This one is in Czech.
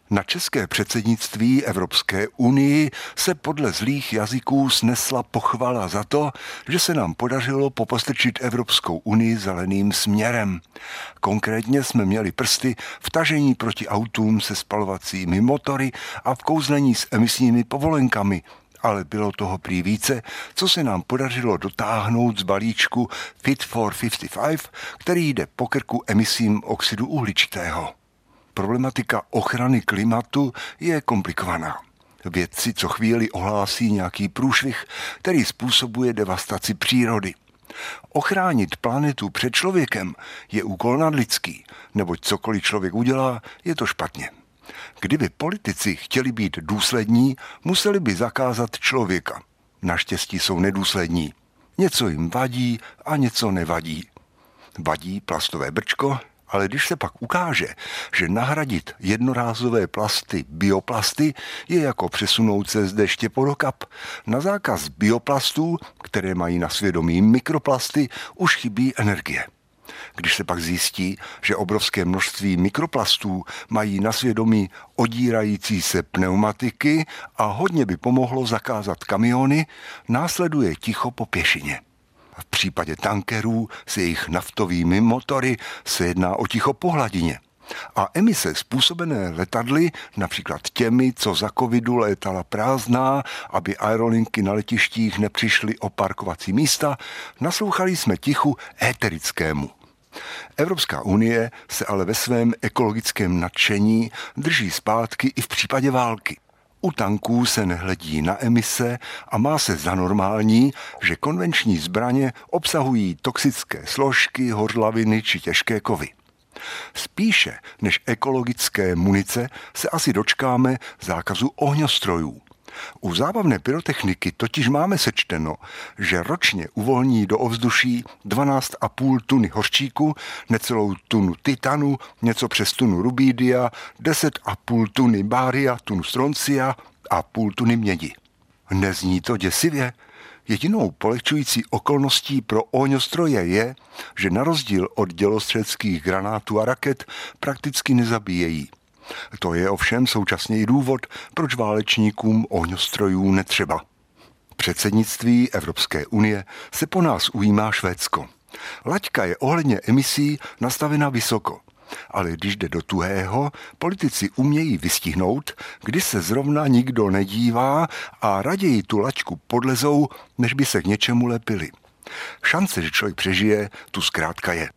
Na české předsednictví Evropské unii se podle zlých jazyků snesla pochvala za to, že se nám podařilo popostrčit Evropskou unii zeleným směrem. Konkrétně jsme měli prsty v tažení proti autům se spalovacími motory a v kouzlení s emisními povolenkami, ale bylo toho prý více, co se nám podařilo dotáhnout z balíčku Fit for 55, který jde po krku emisím oxidu uhličitého. Problematika ochrany klimatu je komplikovaná. Vědci co chvíli ohlásí nějaký průšvih, který způsobuje devastaci přírody. Ochránit planetu před člověkem je úkol nadlidský, neboť cokoliv člověk udělá, je to špatně. Kdyby politici chtěli být důslední, museli by zakázat člověka. Naštěstí jsou nedůslední. Něco jim vadí a něco nevadí. Vadí plastové brčko, ale když se pak ukáže, že nahradit jednorázové plasty bioplasty je jako přesunout se z deště pod okap, na zákaz bioplastů, které mají na svědomí mikroplasty, už chybí energie. Když se pak zjistí, že obrovské množství mikroplastů mají na svědomí odírající se pneumatiky a hodně by pomohlo zakázat kamiony, následuje ticho po pěšině. V případě tankerů s jejich naftovými motory se jedná o ticho po hladině. A emise způsobené letadly, například těmi, co za covidu létala prázdná, aby aerolinky na letištích nepřišly o parkovací místa, naslouchali jsme tichu éterickému. Evropská unie se ale ve svém ekologickém nadšení drží zpátky i v případě války. U tanků se nehledí na emise a má se za normální, že konvenční zbraně obsahují toxické složky, hořlaviny či těžké kovy. Spíše než ekologické munice se asi dočkáme zákazu ohňostrojů. U zábavné pyrotechniky totiž máme sečteno, že ročně uvolní do ovzduší 12,5 tuny hořčíku, necelou tunu titanu, něco přes tunu rubidia, 10,5 tuny bária, tunu stroncia a půl tuny mědi. Nezní to děsivě? Jedinou polehčující okolností pro ohňostroje je, že na rozdíl od dělostřeleckých granátů a raket prakticky nezabíjejí. To je ovšem současně i důvod, proč válečníkům ohňostrojů netřeba. Předsednictví Evropské unie se po nás ujímá Švédsko. Laťka je ohledně emisí nastavena vysoko, ale když jde do tuhého, politici umějí vystihnout, kdy se zrovna nikdo nedívá a raději tu laťku podlezou, než by se k něčemu lepili. Šance, že člověk přežije, tu zkrátka je.